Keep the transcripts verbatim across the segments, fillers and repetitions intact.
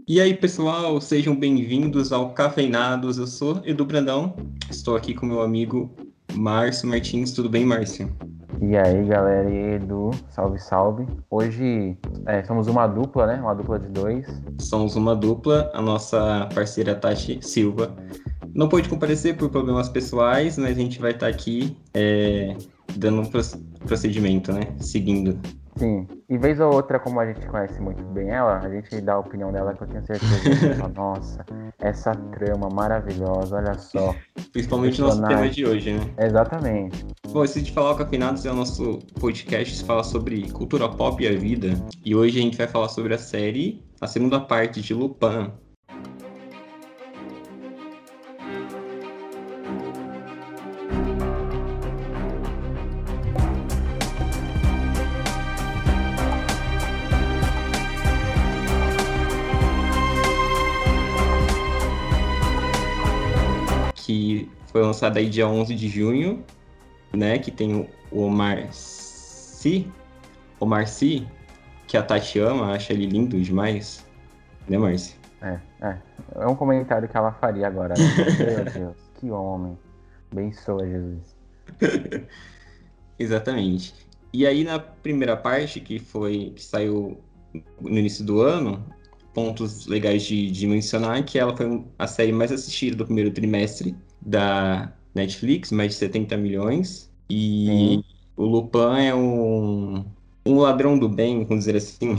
E aí, pessoal, sejam bem-vindos ao Cafeinados. Eu sou Edu Brandão, estou aqui com meu amigo Márcio Martins. Tudo bem, Márcio? E aí, galera, e aí, Edu, salve, salve. Hoje é, somos uma dupla, né? Uma dupla de dois. Somos uma dupla, a nossa parceira Tati Silva não pôde comparecer por problemas pessoais, mas a gente vai estar aqui é, dando um procedimento, né? Seguindo. Sim, e vez ou outra, como a gente conhece muito bem ela, a gente dá a opinião dela que eu tenho certeza que a gente fala, nossa, essa trama maravilhosa, olha só. Principalmente o nosso tema Personagem. de hoje, né? Exatamente. Bom, esse de falar o Cafeinados é o nosso podcast que fala sobre cultura pop e a vida. E hoje a gente vai falar sobre a série, a segunda parte de Lupin. Que foi lançada aí dia onze de junho, né? Que tem o Omar Sy, Omar Sy, que a Tati ama, acha ele lindo demais, né, Márcio? É, é. É um comentário que ela faria agora, né? Meu Deus, que homem. Abençoa, Jesus. Exatamente. E aí na primeira parte, que foi que saiu no início do ano, pontos legais de, de mencionar que ela foi a série mais assistida do primeiro trimestre da Netflix, mais de setenta milhões. E Sim. o Lupin é um, um ladrão do bem, vamos dizer assim.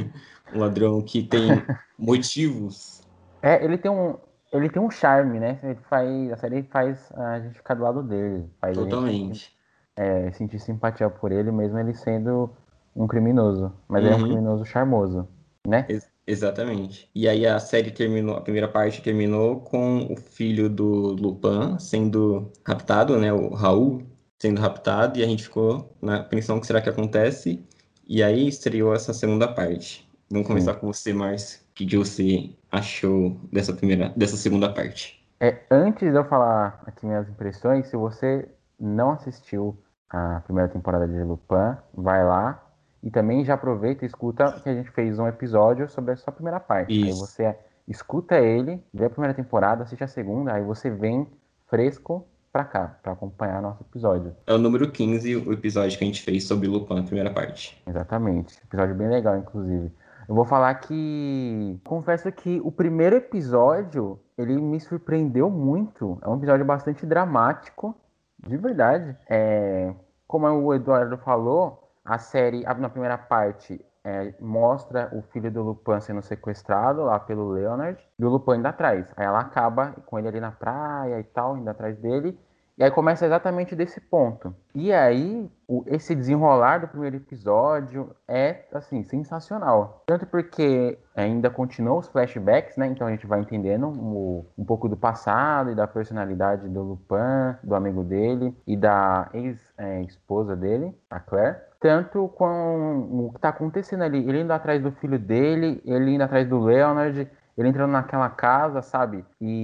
Um ladrão que tem motivos. É, ele tem um, ele tem um charme, né? Ele faz, a série faz a gente ficar do lado dele, faz a gente Totalmente. é, sentir simpatia por ele, mesmo ele sendo um criminoso. Mas ele é um Uhum. criminoso charmoso, né? Ex- exatamente. E aí a série terminou, a primeira parte terminou com o filho do Lupin sendo raptado, né? O Raul sendo raptado, e a gente ficou na apreensão o que será que acontece. E aí estreou essa segunda parte. Vamos começar Sim. com você, Márcio. O que que você achou dessa primeira, dessa segunda parte? É, antes de eu falar aqui minhas impressões, se você não assistiu a primeira temporada de Lupin, vai lá e também já aproveita e escuta que a gente fez um episódio sobre a sua primeira parte. Aí Isso. você escuta ele, vê a primeira temporada, assiste a segunda, aí você vem fresco pra cá, pra acompanhar nosso episódio. É o número quinze, o episódio que a gente fez sobre Lupin, a primeira parte. Exatamente. Episódio bem legal, inclusive. Eu vou falar que. Confesso que o primeiro episódio, ele me surpreendeu muito. É um episódio bastante dramático, de verdade. É... Como o Eduardo falou, a série, a- na primeira parte, é, mostra o filho do Lupin sendo sequestrado lá pelo Leonard, e o Lupin indo atrás. Aí ela acaba com ele ali na praia e tal, indo atrás dele. E aí começa exatamente desse ponto. E aí, o- esse desenrolar do primeiro episódio é, assim, sensacional. Tanto porque ainda continua os flashbacks, né? Então a gente vai entendendo o- um pouco do passado e da personalidade do Lupin, do amigo dele e da ex-esposa dele, a Claire. Tanto com o que tá acontecendo ali. Ele indo atrás do filho dele, ele indo atrás do Leonard, ele entrando naquela casa, sabe?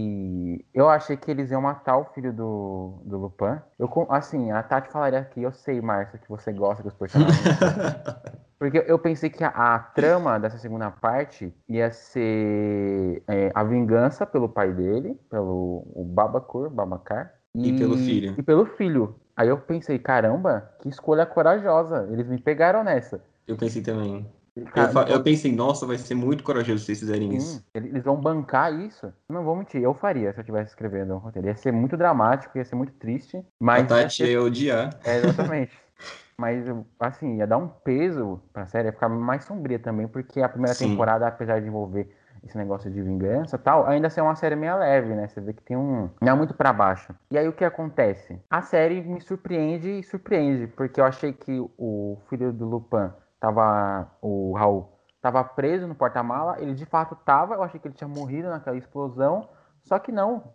E eu achei que eles iam matar o filho do, do Lupin. Eu, com- assim, a Tati falaria aqui, eu sei, Márcia, que você gosta dos personagens. Porque eu pensei que a, a trama dessa segunda parte ia ser é, a vingança pelo pai dele, pelo o Babakur, Babacar, E pelo e, filho. e pelo filho. Aí eu pensei, caramba, que escolha corajosa. Eles me pegaram nessa. Eu pensei também. Eu, Cara, fa- eles eu vão, pensei, nossa, vai ser muito corajoso se vocês fizerem sim, isso. eles vão bancar isso. Não vou mentir, eu faria se eu estivesse escrevendo um roteiro. Ia ser muito dramático, ia ser muito triste, A mas ia Tati ser. ia odiar. É, exatamente. Mas, assim, ia dar um peso pra série, ia ficar mais sombria também, porque a primeira Sim. temporada, apesar de envolver esse negócio de vingança e tal, ainda assim é uma série meio leve, né? Você vê que tem um. Não é muito pra baixo. E aí o que acontece? A série me surpreende e surpreende, porque eu achei que o filho do Lupin tava. O Raul tava preso no porta-mala, ele de fato tava, eu achei que ele tinha morrido naquela explosão, só que não.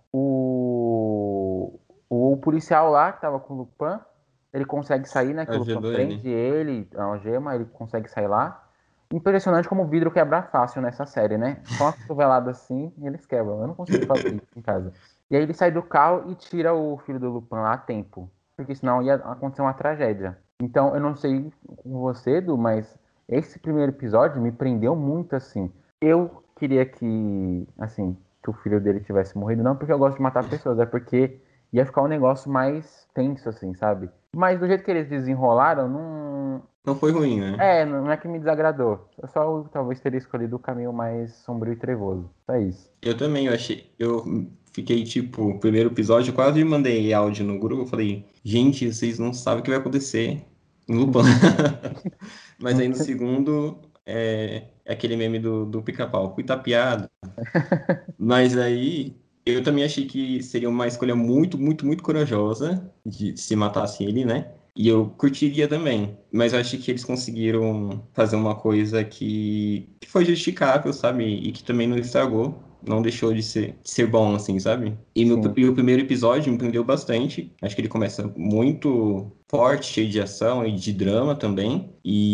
O. O policial lá que tava com o Lupin ele consegue sair, né? Que o Lupin Ajudou prende ele. ele, a algema, ele consegue sair lá. Impressionante como o vidro quebra fácil nessa série, né? Só uma cotovelada assim e eles quebram. Eu não consigo fazer isso em casa. E aí ele sai do carro e tira o filho do Lupin lá a tempo. Porque senão ia acontecer uma tragédia. Então, eu não sei com você, Edu, mas esse primeiro episódio me prendeu muito assim. Eu queria que, assim, que o filho dele tivesse morrido, não porque eu gosto de matar pessoas, é porque ia ficar um negócio mais tenso, assim, sabe? Mas do jeito que eles desenrolaram, não. Não foi ruim, né? É, não é que me desagradou. Eu só talvez teria escolhido o caminho mais sombrio e trevoso. Só isso. Eu também, eu achei. Eu fiquei, tipo, o primeiro episódio, eu quase mandei áudio no grupo. Eu falei, gente, vocês não sabem o que vai acontecer em Lupin. Mas aí no segundo, é, é aquele meme do, do pica-pau, cuita piada. Mas aí eu também achei que seria uma escolha muito, muito, muito corajosa de se matasse ele, né? E eu curtiria também. Mas eu acho que eles conseguiram fazer uma coisa que, que foi justificável, sabe? E que também não estragou. Não deixou de ser, de ser bom, assim, sabe? E, no, Sim, e o primeiro episódio me prendeu bastante. Acho que ele começa muito forte, cheio de ação e de drama também.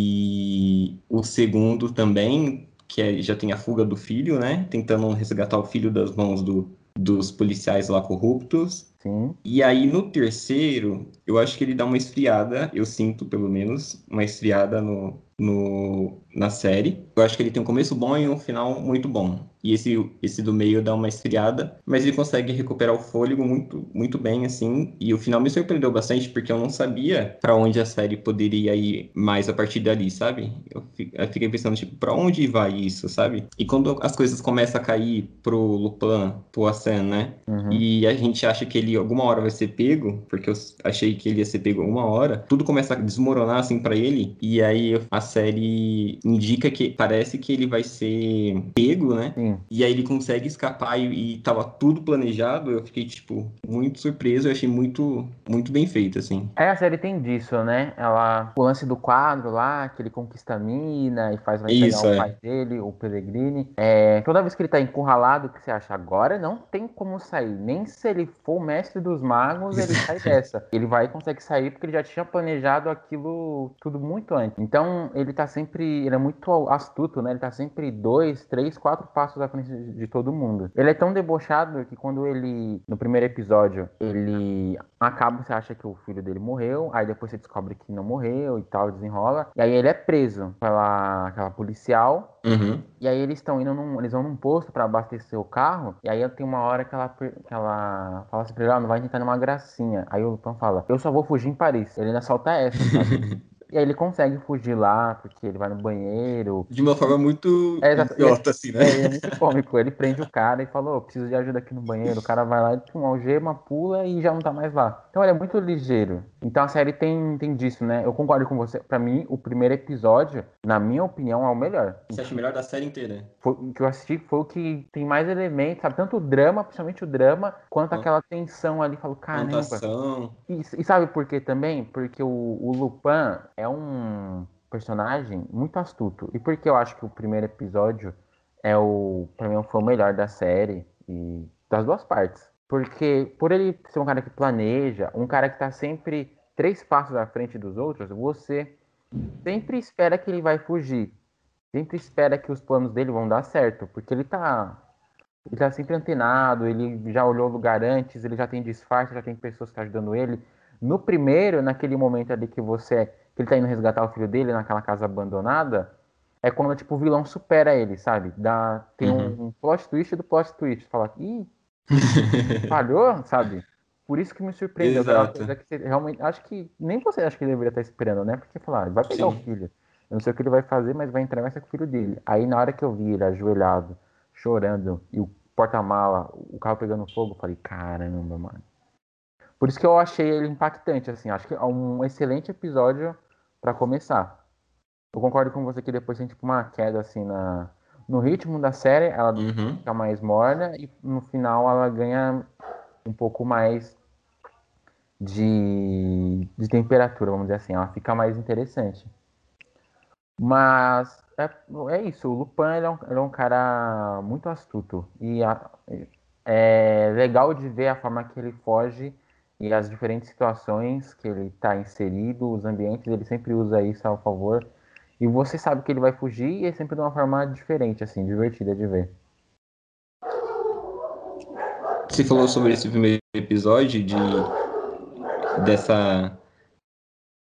E o segundo também, que é- já tem a fuga do filho, né? Tentando resgatar o filho das mãos do, dos policiais lá corruptos. sim. E aí no terceiro, eu acho que ele dá uma esfriada, eu sinto pelo menos, uma esfriada no, no, na série. Eu acho que ele tem um começo bom e um final muito bom. E esse, esse do meio dá uma esfriada, mas ele consegue recuperar o fôlego muito, muito bem, assim. E o final me surpreendeu bastante, porque eu não sabia para onde a série poderia ir mais a partir dali, sabe? Eu fi- eu fiquei pensando, tipo, para onde vai isso, sabe? E quando as coisas começam a cair pro Lupin, pro Arsène, né? Uhum. E a gente acha que ele alguma hora vai ser pego, porque eu achei que ele ia ser pego alguma hora. Tudo começa a desmoronar assim pra ele, e aí a série indica que parece que ele vai ser pego, né? Sim. E aí ele consegue escapar e, e tava tudo planejado. Eu fiquei, tipo, muito surpreso. Eu achei muito, muito bem feito, assim. Aí a série tem disso, né? Ela, o lance do quadro lá, que ele conquista a mina e faz vai pegar Isso, o pai é. dele, o Pellegrini. É, toda vez que ele tá encurralado, que você acha agora não tem como sair. Nem se ele for o mestre dos magos, ele sai dessa. Ele vai e consegue sair porque ele já tinha planejado aquilo tudo muito antes. Então ele tá sempre, ele é muito astuto, né? Ele tá sempre dois, três, quatro passos à frente de, de todo mundo. Ele é tão debochado que quando ele, no primeiro episódio, ele acaba, você acha que o filho dele morreu, aí depois você descobre que não morreu e tal, desenrola. E aí ele é preso pela aquela policial. Uhum. E aí eles estão indo num, eles vão num posto para abastecer o carro. E aí tem uma hora que ela, per- que ela fala assim pra ele, ah, não vai tentar numa gracinha. Aí o Lupin fala, eu só vou fugir em Paris. Ele ainda solta essa, sabe? E aí ele consegue fugir lá, porque ele vai no banheiro. De uma forma muito É, exato. Ele é, idiota, assim, né? é, ele é muito cômico. Ele prende o cara e falou, preciso de ajuda aqui no banheiro. O cara vai lá, pum, algema, pula e já não tá mais lá. Então ele é muito ligeiro. Então a série tem, tem disso, né? Eu concordo com você. Pra mim, o primeiro episódio, na minha opinião, é o melhor. Você acha melhor da série inteira? Foi, o que eu assisti foi o que tem mais elementos, sabe? Tanto o drama, principalmente o drama, quanto aquela tensão ali. Falo, caramba. Plantação. E, e sabe por quê também? Porque o, o Lupin é um personagem muito astuto. E por que eu acho que o primeiro episódio é o, pra mim, foi o melhor da série e das duas partes. Porque por ele ser um cara que planeja, um cara que tá sempre três passos à frente dos outros, você sempre espera que ele vai fugir. Sempre espera que os planos dele vão dar certo, porque ele tá, ele tá sempre antenado, ele já olhou o lugar antes, ele já tem disfarce, já tem pessoas que estão ajudando ele. No primeiro, naquele momento ali que você, que ele tá indo resgatar o filho dele naquela casa abandonada, é quando tipo o vilão supera ele, sabe? Dá, tem Uhum. um, um plot twist do plot twist, fala, ih, falhou, sabe? Por isso que me surpreendeu, que era uma Exato. coisa que você realmente. Acho que nem você acha que deveria estar esperando, né? Porque falar, vai pegar o Sim. filho. Eu não sei o que ele vai fazer, mas vai entrar e vai ser com o filho dele. Aí na hora que eu vi ele ajoelhado, chorando, e o porta-mala, o carro pegando fogo, eu falei, caramba, mano. Por isso que eu achei ele impactante, assim. Acho que é um excelente episódio pra começar. Eu concordo com você que depois tem tipo uma queda assim na, no ritmo da série, ela Uhum. fica mais morna e no final ela ganha um pouco mais de, de temperatura, vamos dizer assim, ela fica mais interessante. Mas é, é isso, o Lupin ele é, um, ele é um cara muito astuto e a- é legal de ver a forma que ele foge e as diferentes situações que ele está inserido, os ambientes, ele sempre usa isso ao favor. E você sabe que ele vai fugir e é sempre de uma forma diferente, assim, divertida de ver. Você falou sobre esse primeiro episódio de dessa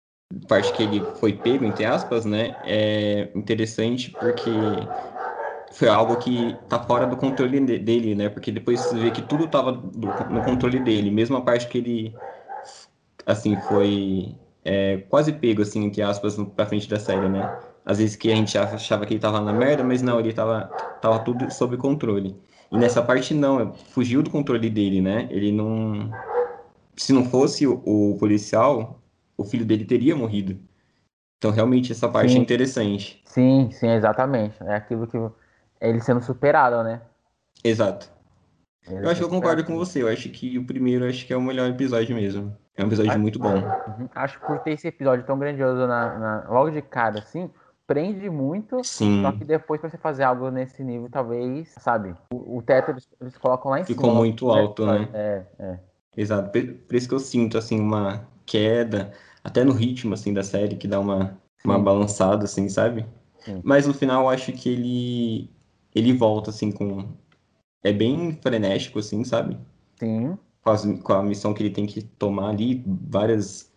parte que ele foi pego, entre aspas, né? É interessante porque foi algo que tá fora do controle de- dele, né? Porque depois você vê que tudo tava do- no controle dele, mesmo a parte que ele, assim, foi é, quase pego, assim, entre aspas, no- pra frente da série, né? Às vezes que a gente achava que ele tava na merda, mas não, ele tava, tava tudo sob controle. E nessa parte não, fugiu do controle dele, né? Ele não. Se não fosse o, o policial, o filho dele teria morrido. Então, realmente, essa parte é Sim, interessante. sim, sim, exatamente. É aquilo que é ele sendo superado, né? Exato. Ele Eu acho que sendo eu concordo superado. com você. Eu acho que o primeiro acho que é o melhor episódio mesmo. É um episódio A- muito bom. Uhum. Acho que por ter esse episódio tão grandioso na, na- logo de cara, assim, prende muito. Só que Sim, depois, pra você fazer algo nesse nível, talvez, sabe? O, o teto eles, eles colocam lá em ficou cima, logo no muito primeiro alto, episódio. né? É, é. Exato. Por por isso que eu sinto assim uma queda, até no ritmo assim da série que dá uma uma Sim, balançada assim, sabe? sim, Mas no final eu acho que ele ele volta assim com é bem frenético assim, sabe? sim. Com, as- com a missão que ele tem que tomar ali, várias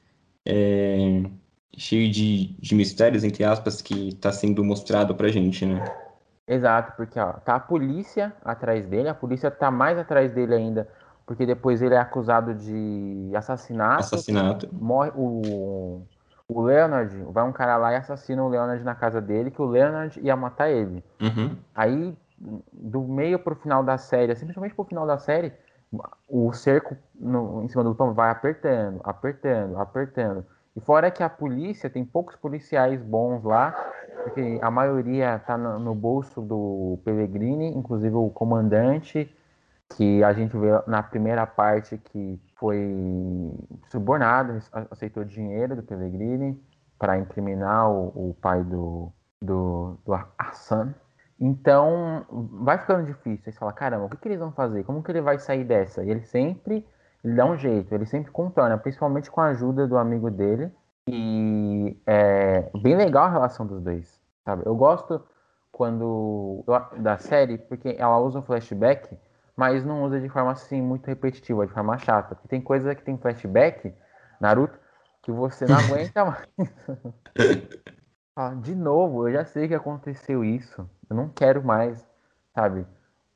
é, cheio de, de mistérios entre aspas que tá sendo mostrado pra gente, né? Exato, porque ó, tá a polícia atrás dele, a polícia tá mais atrás dele ainda, porque depois ele é acusado de assassinato, que Assassinato. morre o, o Leonard, vai um cara lá e assassina o Leonard na casa dele, que o Leonard ia matar ele. Uhum. Aí, do meio pro final da série, assim, principalmente pro final da série, o cerco no- em cima do Lupin vai apertando, apertando, apertando. E fora que a polícia, tem poucos policiais bons lá, porque a maioria tá no, no bolso do Pellegrini, inclusive o comandante, que a gente vê na primeira parte que foi subornado, aceitou dinheiro do Pellegrini para incriminar o, o pai do, do, do Hassan. Então, vai ficando difícil. Aí você fala, caramba, o que, que eles vão fazer? Como que ele vai sair dessa? E ele sempre, ele dá um jeito, ele sempre contorna, principalmente com a ajuda do amigo dele. E é bem legal a relação dos dois, sabe? Eu gosto quando da série porque ela usa o flashback, mas não usa de forma assim muito repetitiva, de forma chata. Porque tem coisa que tem flashback, Naruto, que você não aguenta mais. Fala, de novo, eu já sei que aconteceu isso. Eu não quero mais, sabe?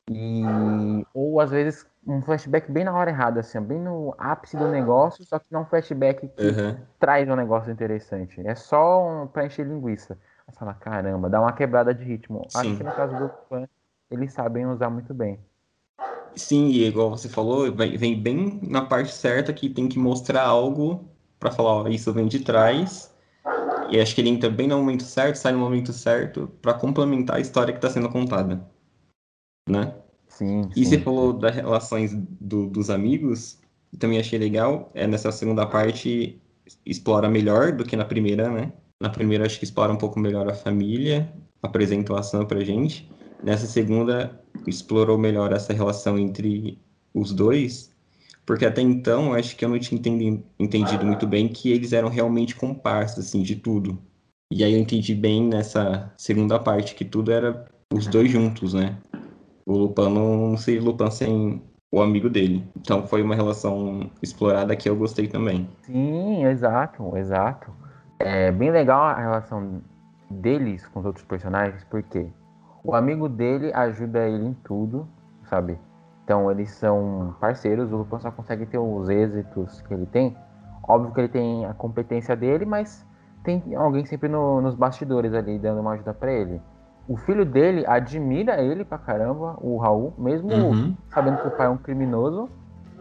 E ou às vezes um flashback bem na hora errada, assim, bem no ápice do negócio, só que não é um flashback que Uhum. traz um negócio interessante. É só um, pra encher linguiça. Aí você fala, caramba, dá uma quebrada de ritmo. Acho que Sim. no caso do fã, eles sabem usar muito bem. Sim, e igual você falou, vem, vem bem na parte certa que tem que mostrar algo pra falar, ó, isso vem de trás. E acho que ele entra bem no momento certo, sai no momento certo pra complementar a história que tá sendo contada, né? Sim, E você sim, sim. falou das relações do- dos amigos, também achei legal. É, nessa segunda parte explora melhor do que na primeira, né? Na primeira acho que explora um pouco melhor a família, apresenta o ação pra gente. Nessa segunda explorou melhor essa relação entre os dois, porque até então eu acho que eu não tinha entendi- entendido muito bem que eles eram realmente comparsas, assim, de tudo. E aí eu entendi bem nessa segunda parte que tudo era os dois juntos, né? O Lupin não seria Lupin sem o amigo dele. Então foi uma relação explorada que eu gostei também. Sim, exato, exato. É bem legal a relação deles com os outros personagens, porque o amigo dele ajuda ele em tudo, sabe? Então eles são parceiros, o Lupin só consegue ter os êxitos que ele tem. Óbvio que ele tem a competência dele, mas tem alguém sempre no- nos bastidores ali dando uma ajuda pra ele. O filho dele admira ele pra caramba, o Raul, mesmo Uhum. sabendo que o pai é um criminoso.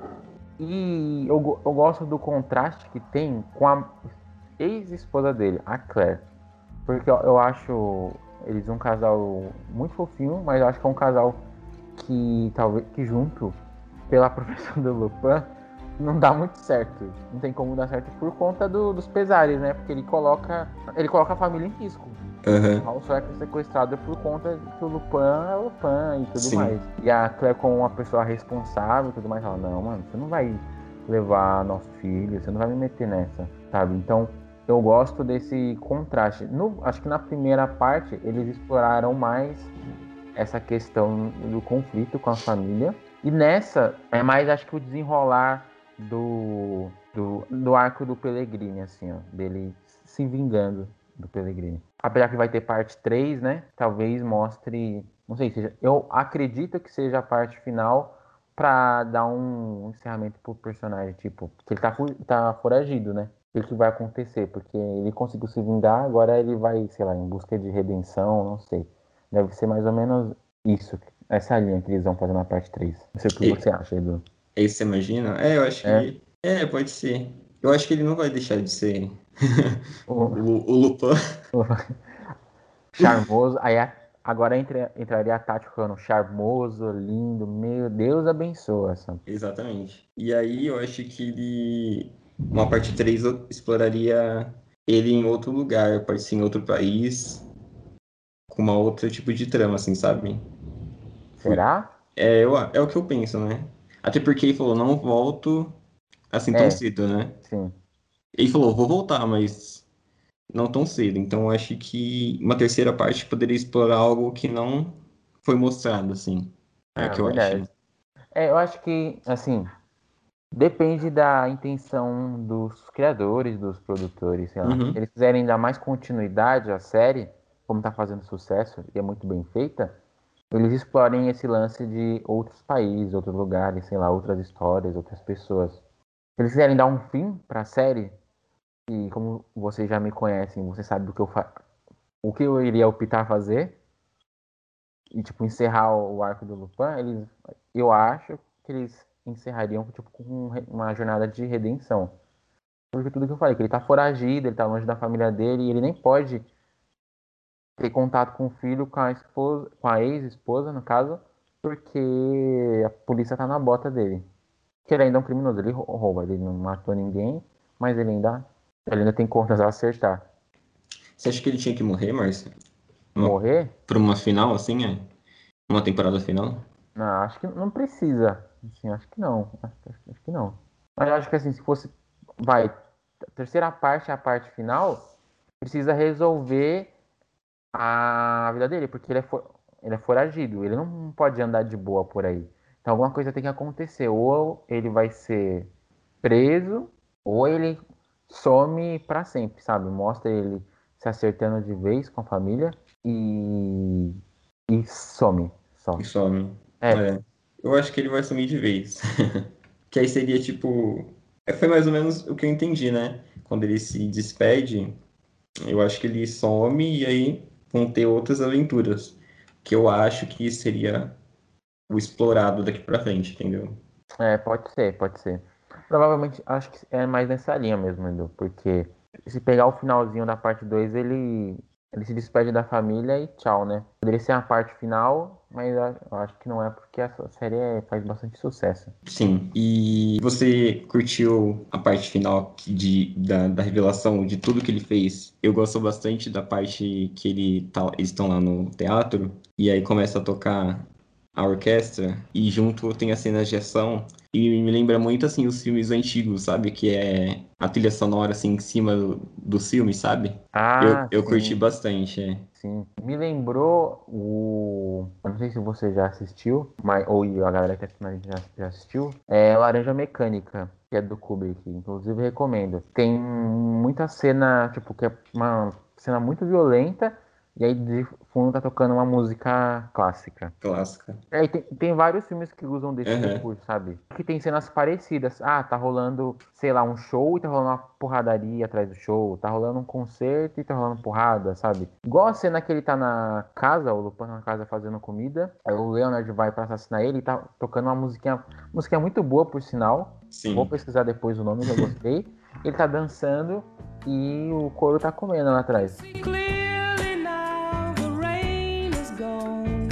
E eu, go- eu gosto do contraste que tem com a ex-esposa dele, a Claire. Porque eu, eu acho eles um casal muito fofinho, mas eu acho que é um casal que talvez que junto pela profissão do Lupin não dá muito certo. Não tem como dar certo por conta do- dos pesares, né? Porque ele coloca ele coloca a família em risco. O Aham. Raul só é sequestrado por conta que o Lupin é o Lupin e tudo Sim. mais. E a Claire, como uma pessoa responsável e tudo mais, fala: Não, mano, você não vai levar nosso filho, você não vai me meter nessa, sabe? Então, eu gosto desse contraste. No, acho que na primeira parte, eles exploraram mais essa questão do conflito com a família. E nessa, é mais, acho que o desenrolar do, do, do arco do Pellegrini, assim, ó, dele se vingando do Pellegrini. Apesar que vai ter parte três, né? Talvez mostre Não sei, seja, eu acredito que seja a parte final pra dar um encerramento pro personagem, tipo, porque ele tá, fu- tá foragido, né? O que que vai acontecer? Porque ele conseguiu se vingar, agora ele vai, sei lá, em busca de redenção, não sei. Deve ser mais ou menos isso, essa linha que eles vão fazer na parte três. Não sei o que E, você acha, Edu. é isso que você imagina? É, eu acho É? que. É, pode ser. Eu acho que ele não vai deixar de ser O, o, o Lupin. o charmoso, aí a- agora entra, entraria a Tati falando charmoso, lindo, meu Deus abençoa, sabe? Exatamente. E aí eu acho que ele. Uma parte três eu exploraria ele em outro lugar, pode ser em outro país, com uma outra tipo de trama, assim, sabe? Fui. Será? É, eu, é o que eu penso, né? Até porque ele falou, não volto assim tão É, cedo, né? sim. Ele falou, vou voltar, mas não tão cedo. Então eu acho que uma terceira parte poderia explorar algo que não foi mostrado, assim. É o É que eu acho, verdade. né? É, eu acho que, assim, depende da intenção dos criadores, dos produtores, sei lá. Se Uhum. eles quiserem dar mais continuidade à série, como tá fazendo sucesso e é muito bem feita, eles explorem esse lance de outros países, outros lugares, sei lá, outras histórias, outras pessoas. Se eles quiserem dar um fim pra série, e como vocês já me conhecem, você sabe do que eu fa... o que eu iria optar a fazer, e tipo, encerrar o arco do Lupin, eles, eu acho que eles encerrariam tipo, com um uma jornada de redenção. Porque tudo que eu falei, que ele tá foragido, ele tá longe da família dele, e ele nem pode ter contato com o filho, com a esposa, com a ex-esposa, no caso, porque a polícia tá na bota dele. Que ele ainda é um criminoso, ele rouba, ele não matou ninguém, mas ele ainda, ele ainda tem contas a acertar. Você acha que ele tinha que morrer, Márcio? Uma, Morrer? pra uma final, assim, é? Uma temporada final? Não, acho que não precisa. Assim, acho que não. Acho, acho- acho que não. Mas eu acho que assim, se fosse, vai, a terceira parte, a parte final, precisa resolver a vida dele, porque ele é, for, ele é foragido, ele não pode andar de boa por aí. Então alguma coisa tem que acontecer. Ou ele vai ser preso, ou ele some pra sempre, sabe? Mostra ele se acertando de vez com a família e, e some E só. some. É, É. Eu acho que ele vai sumir de vez. Que aí seria tipo. É, foi mais ou menos o que eu entendi, né? Quando ele se despede, eu acho que ele some e aí vão ter outras aventuras. Que eu acho que seria o explorado daqui pra frente, entendeu? É, pode ser, pode ser. Provavelmente, acho que é mais nessa linha mesmo, Edu, porque se pegar o finalzinho da parte dois ele, ele se despede da família e tchau, né? Poderia ser a parte final, mas a- eu acho que não é porque essa série é- faz bastante sucesso. Sim. E você curtiu a parte final que- de, da, da revelação de tudo que ele fez? Eu gosto bastante da parte que ele tá, eles estão lá no teatro e aí começa a tocar a orquestra e junto tem as cenas de ação e me lembra muito assim os filmes antigos, sabe? Que é a trilha sonora assim em cima do, do filme, sabe? Eu, Ah, eu curti sim, bastante, é. sim. Me lembrou o. Eu não sei se você já assistiu, mas... ou a galera que tá assistindo aí já, já assistiu. É Laranja Mecânica, que é do Kubrick. Inclusive, recomendo. Tem muita cena, tipo, que é uma cena muito violenta, e aí de fundo tá tocando uma música clássica. Clássica. É, e tem, tem vários filmes que usam desse Aham. recurso, sabe? Que tem cenas parecidas. Ah, tá rolando, sei lá, um show e tá rolando uma porradaria atrás do show. Tá rolando um concerto e tá rolando porrada, sabe? Igual a cena que ele tá na casa, o Lupin na casa fazendo comida. Aí o Leonard vai pra assassinar ele e tá tocando uma musiquinha, musiquinha muito boa, por sinal. Vou Sim. pesquisar depois o nome que eu gostei. Ele tá dançando e o couro tá comendo lá atrás. Clearly now the rain is gone.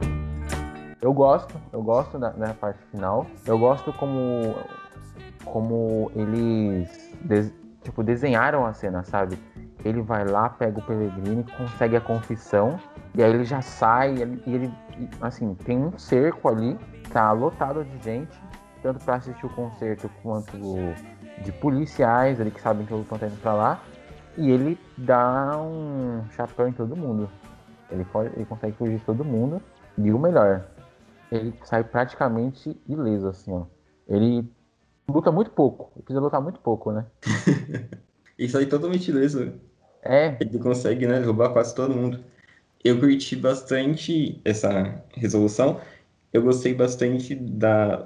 Eu gosto, eu gosto da, da parte final. Eu gosto como, como eles des- tipo, desenharam a cena, sabe? Ele vai lá, pega o Pellegrini, consegue a confissão, e aí ele já sai, e ele, e ele- e, assim, tem um cerco ali, tá lotado de gente, tanto para assistir o concerto quanto de policiais ali que sabem que o Lupin tá indo pra lá, e ele dá um chapéu em todo mundo. Ele, pode, ele consegue fugir de todo mundo, e o melhor, ele sai praticamente ileso, assim, ó. Ele luta muito pouco. Ele precisa lutar muito pouco, né? Isso aí totalmente ileso. É, Ele consegue, né, derrubar quase todo mundo. Eu curti bastante essa resolução. Eu gostei bastante da,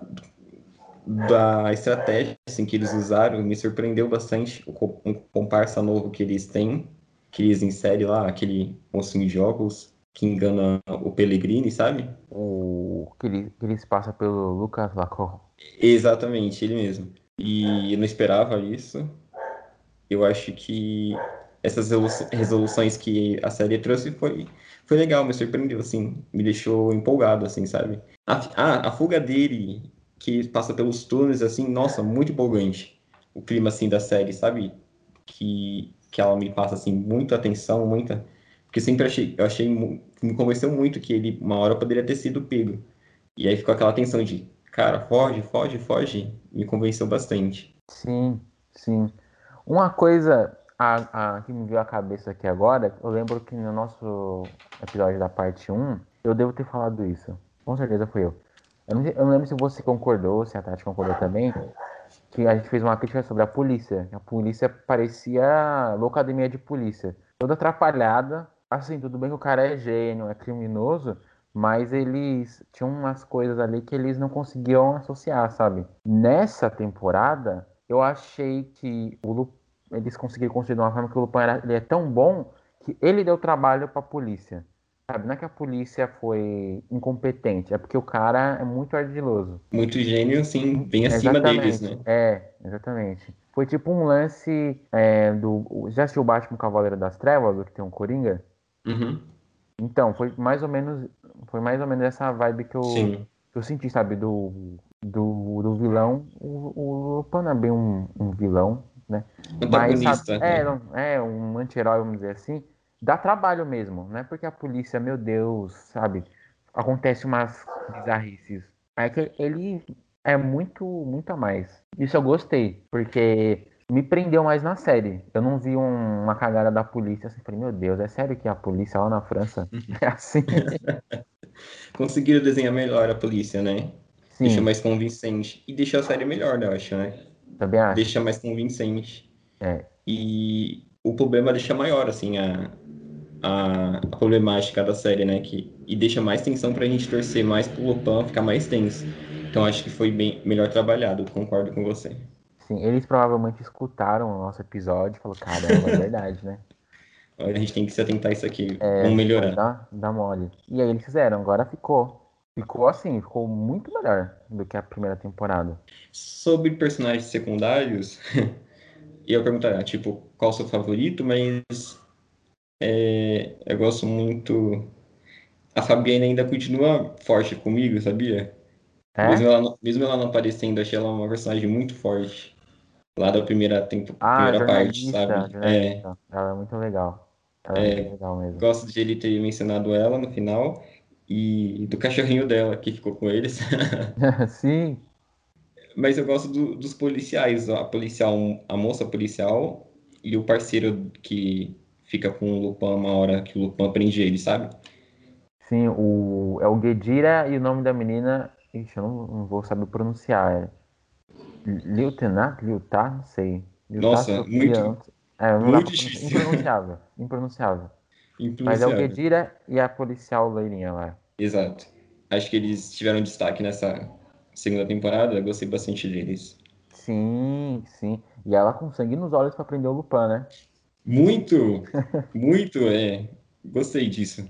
da estratégia assim, que eles usaram. Me surpreendeu bastante o co- um comparsa novo que eles têm, que eles inserem lá, aquele mocinho de óculos que engana o Pellegrini, sabe? O que ele, que ele se passa pelo Lucas Lacroix. Exatamente, ele mesmo. E eu não esperava isso. Eu acho que essas resolu- resoluções que a série trouxe foi, foi legal, me surpreendeu, assim, me deixou empolgado, assim, sabe? A, fi- ah, a fuga dele, que passa pelos túneis, assim, nossa, muito empolgante. O clima, assim, da série, sabe? Que, que ela me passa, assim, muita atenção, muita... Porque sempre achei, eu achei, mu- me convenceu muito que ele, uma hora, poderia ter sido pego. E aí ficou aquela tensão de, cara, foge, foge, foge. Me convenceu bastante. Sim, sim. Uma coisa a, a- que me veio à cabeça aqui agora, eu lembro que no nosso episódio da parte um eu devo ter falado isso. Com certeza fui eu. Eu não, sei- eu não lembro se você concordou, se a Tati concordou também, que a gente fez uma crítica sobre a polícia. A polícia parecia loucademia de polícia. Toda atrapalhada. Assim, tudo bem que o cara é gênio, é criminoso, mas eles tinham umas coisas ali que eles não conseguiam associar, sabe? Nessa temporada, eu achei que o Lu- eles conseguiram construir de uma forma que o Lupin era, ele é tão bom que ele deu trabalho pra polícia. Sabe? Não é que a polícia foi incompetente, é porque o cara é muito ardiloso. Muito gênio, assim, bem acima deles, Exatamente, né? é, exatamente. Foi tipo um lance é, do. o- Já assistiu o Batman Cavaleiro das Trevas, do que tem um Coringa? Uhum. Então, foi mais ou menos, foi mais ou menos essa vibe que eu, Sim. que eu senti, sabe? Do, do, do vilão. O, o Lupin não é bem um, um vilão, né? Mas, sabe, Antagonista, é, né? não- é um anti-herói, vamos dizer assim. Dá trabalho mesmo, não é porque a polícia, meu Deus, sabe? Acontece umas bizarrices. É que ele é muito, muito a mais. Isso eu gostei, porque me prendeu mais na série. Eu não vi um- uma cagada da polícia assim. Falei, meu Deus, é sério que a polícia lá na França é assim? Conseguiram desenhar melhor a polícia, né? Deixou Sim, mais convincente. E deixou a série melhor, né, eu acho, né? também acho. Deixa mais convincente. É, E o problema deixa maior, assim, a, a, a problemática da série, né? Que, e deixa mais tensão pra gente torcer mais pro Lupin ficar mais tenso. Então acho que foi bem melhor trabalhado, concordo com você. sim, eles provavelmente escutaram o nosso episódio e falaram, caramba, é verdade, né? A gente tem que se atentar a isso aqui. É, Vamos não pode melhorar. dar, dar mole. E aí eles fizeram, agora ficou. Ficou assim, ficou muito melhor do que a primeira temporada. Sobre personagens secundários, eu ia perguntar, tipo, qual o seu favorito, mas é, eu gosto muito. A Fabiana ainda continua forte comigo, sabia? Mesmo É? ela, não- mesmo ela não aparecendo, achei ela uma personagem muito forte. Lá da primeira, tempo, Ah, primeira parte, jornalista, sabe? É, jornalista. Ela é muito legal. Ela é muito legal mesmo. gosto de ele ter mencionado ela no final e do cachorrinho dela que ficou com eles. Sim, Mas eu gosto do- dos policiais, a policial, a moça policial e o parceiro que fica com o Lupin uma hora que o Lupin prende ele, sabe? sim, o, é o Guedira e o nome da menina, ixi, eu não, não vou saber pronunciar. É Lieutenant, Liutar, não sei. Liutar Nossa, muito, Sofia. É, não dá muito pra pronunciar. difícil. Impronunciável, impronunciável. Mas é o Impronunciável. Guedira e a policial loirinha lá. Exato. Acho que eles tiveram destaque nessa segunda temporada, eu gostei bastante deles. Sim, sim. E ela com sangue nos olhos pra prender o Lupin, né? Muito, muito, é. Gostei disso.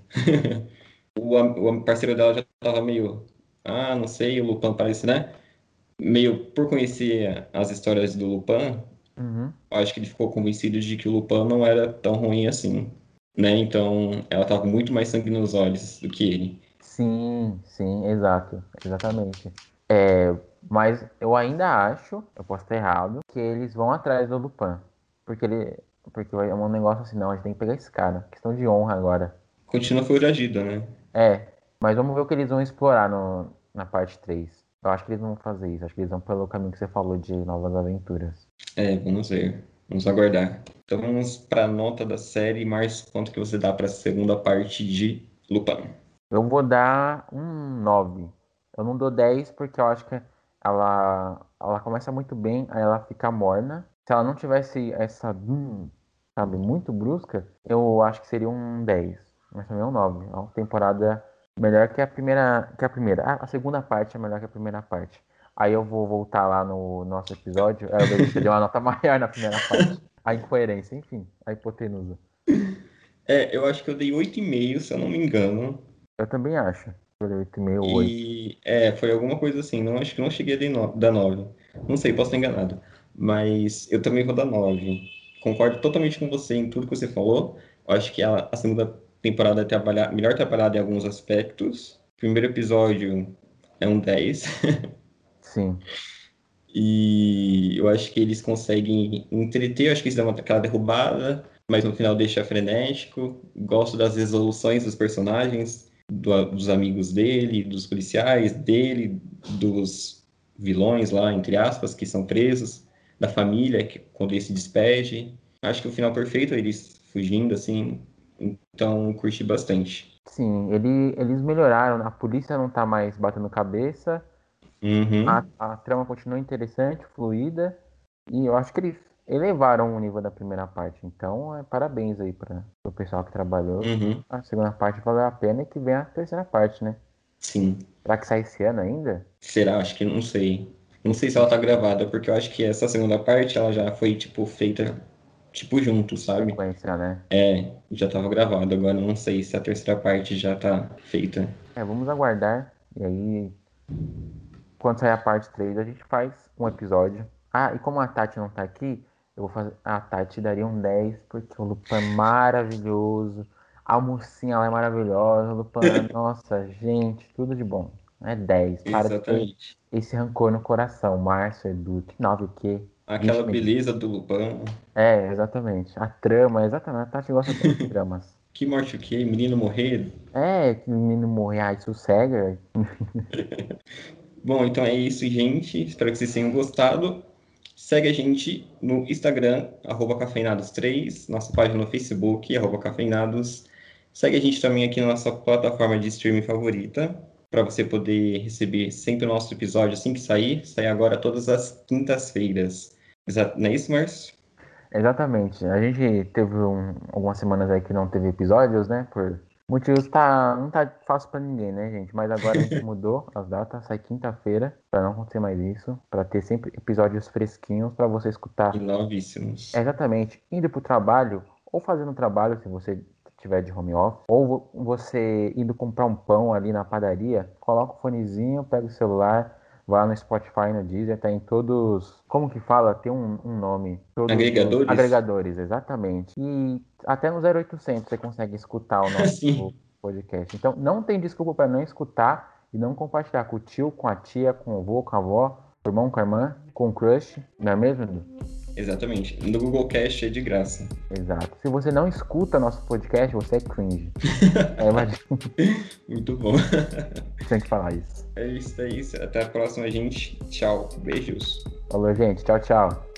O, am- o am- parceiro dela já tava meio, ah, não sei, o Lupin parece, né? Meio por conhecer as histórias do Lupin, Uhum. acho que ele ficou convencido de que o Lupin não era tão ruim assim, né? Então, ela tava com muito mais sangue nos olhos do que ele. Sim, sim, exato, exatamente. É, mas eu ainda acho, eu posso estar errado, que eles vão atrás do Lupin. Porque ele, porque é um negócio assim, não, a gente tem que pegar esse cara. Questão de honra agora. Continua foragido, né? É, mas vamos ver o que eles vão explorar no, na parte três. Eu acho que eles não vão fazer isso, acho que eles vão pelo caminho que você falou de novas aventuras. É, vamos ver. Vamos aguardar. Então vamos para a nota da série, mais quanto que você dá para a segunda parte de Lupin. Eu vou dar um nove. Eu não dou dez porque eu acho que ela, ela começa muito bem, aí ela fica morna. Se ela não tivesse essa, hum, sabe, muito brusca, eu acho que seria um dez. Mas também é um nove. É uma temporada melhor que a primeira. Que a primeira. Ah, a segunda parte é melhor que a primeira parte. Aí eu vou voltar lá no nosso episódio. Aí eu vejo que você deu uma nota maior na primeira parte. A incoerência, enfim, a hipotenusa. É, eu acho que eu dei oito e meio, se eu não me engano. Eu também acho. Eu dei oito e meio, oito. E é, foi alguma coisa assim. Não, acho que não cheguei a dar no- dar nove. Não sei, posso estar enganado. Mas eu também vou dar nove. Concordo totalmente com você em tudo que você falou. Eu acho que a, a segunda temporada é trabalhar, melhor trabalhada em alguns aspectos. O primeiro episódio é um dez. Sim. E eu acho que eles conseguem entreter, eu acho que eles dão uma- aquela derrubada, mas no final deixa frenético. Gosto das resoluções dos personagens, do- dos amigos dele, dos policiais dele, dos vilões lá, entre aspas, que são presos, da família, que, quando ele se despede. Acho que o final perfeito, eles fugindo, assim. Então, curti bastante. Sim, ele, eles melhoraram. A polícia não tá mais batendo cabeça. A, Uhum, a trama continua interessante, fluida. E eu acho que eles elevaram o nível da primeira parte. Então, é, parabéns aí para o pessoal que trabalhou. uhum, A segunda parte valeu a pena e que vem a terceira parte, né? sim. Será que sai esse ano ainda? Será? Acho que não sei. Não sei se ela tá gravada, porque eu acho que essa segunda parte ela já foi, tipo, feita, tipo, junto, sabe? Sequência, né? É, já tava gravado. Agora não sei se a terceira parte já tá feita. É, vamos aguardar. E aí, quando sair a parte três a gente faz um episódio. Ah, e como a Tati não tá aqui, eu vou fazer. A Tati daria um dez porque o Lupin é maravilhoso. A mocinha lá é maravilhosa. O Lupin, nossa, gente, tudo de bom. É dez. Para de ter Exatamente. esse rancor no coração. Márcio, Edu, que nove o quê? Aquela Vixe, me diz. beleza do Lupin. É, exatamente. A trama, exatamente. A Tati gosta bem de tramas. Que morte o quê? Menino morrer? É, que o menino morrer, ai, sossega. Bom, então é isso, gente. Espero que vocês tenham gostado. Segue a gente no Instagram, arroba cafeinados três, nossa página no Facebook, arroba cafeinados. Segue a gente também aqui na nossa plataforma de streaming favorita, para você poder receber sempre o nosso episódio assim que sair. Sai agora todas as quintas-feiras. Exato, não é isso, Márcio? Exatamente. A gente teve um- algumas semanas aí que não teve episódios, né? Por motivos tá, não tá fácil pra ninguém, né, gente? Mas agora a gente mudou as datas, sai quinta-feira, pra não acontecer mais isso, pra ter sempre episódios fresquinhos pra você E escutar. novíssimos. É, exatamente, indo pro trabalho ou fazendo trabalho, se você tiver de home office, ou vo- você indo comprar um pão ali na padaria, coloca o fonezinho, pega o celular, vai lá no Spotify, no Deezer, tá em todos, como que fala? Tem um, um nome, todos os Agregadores? agregadores, exatamente. E até no zero oitocentos você consegue escutar o nosso Assim, podcast. Então não tem desculpa para não escutar e não compartilhar com o tio, com a tia, com o avô, com a avó, com o irmão, com a irmã, com o crush, não é mesmo, Edu? exatamente. No Google Cast é de graça. Exato. Se você não escuta nosso podcast, você é cringe. É, imagina, Muito bom. tem que falar isso. É isso, é isso. Até a próxima, gente. Tchau. Beijos. Falou, gente. Tchau, tchau.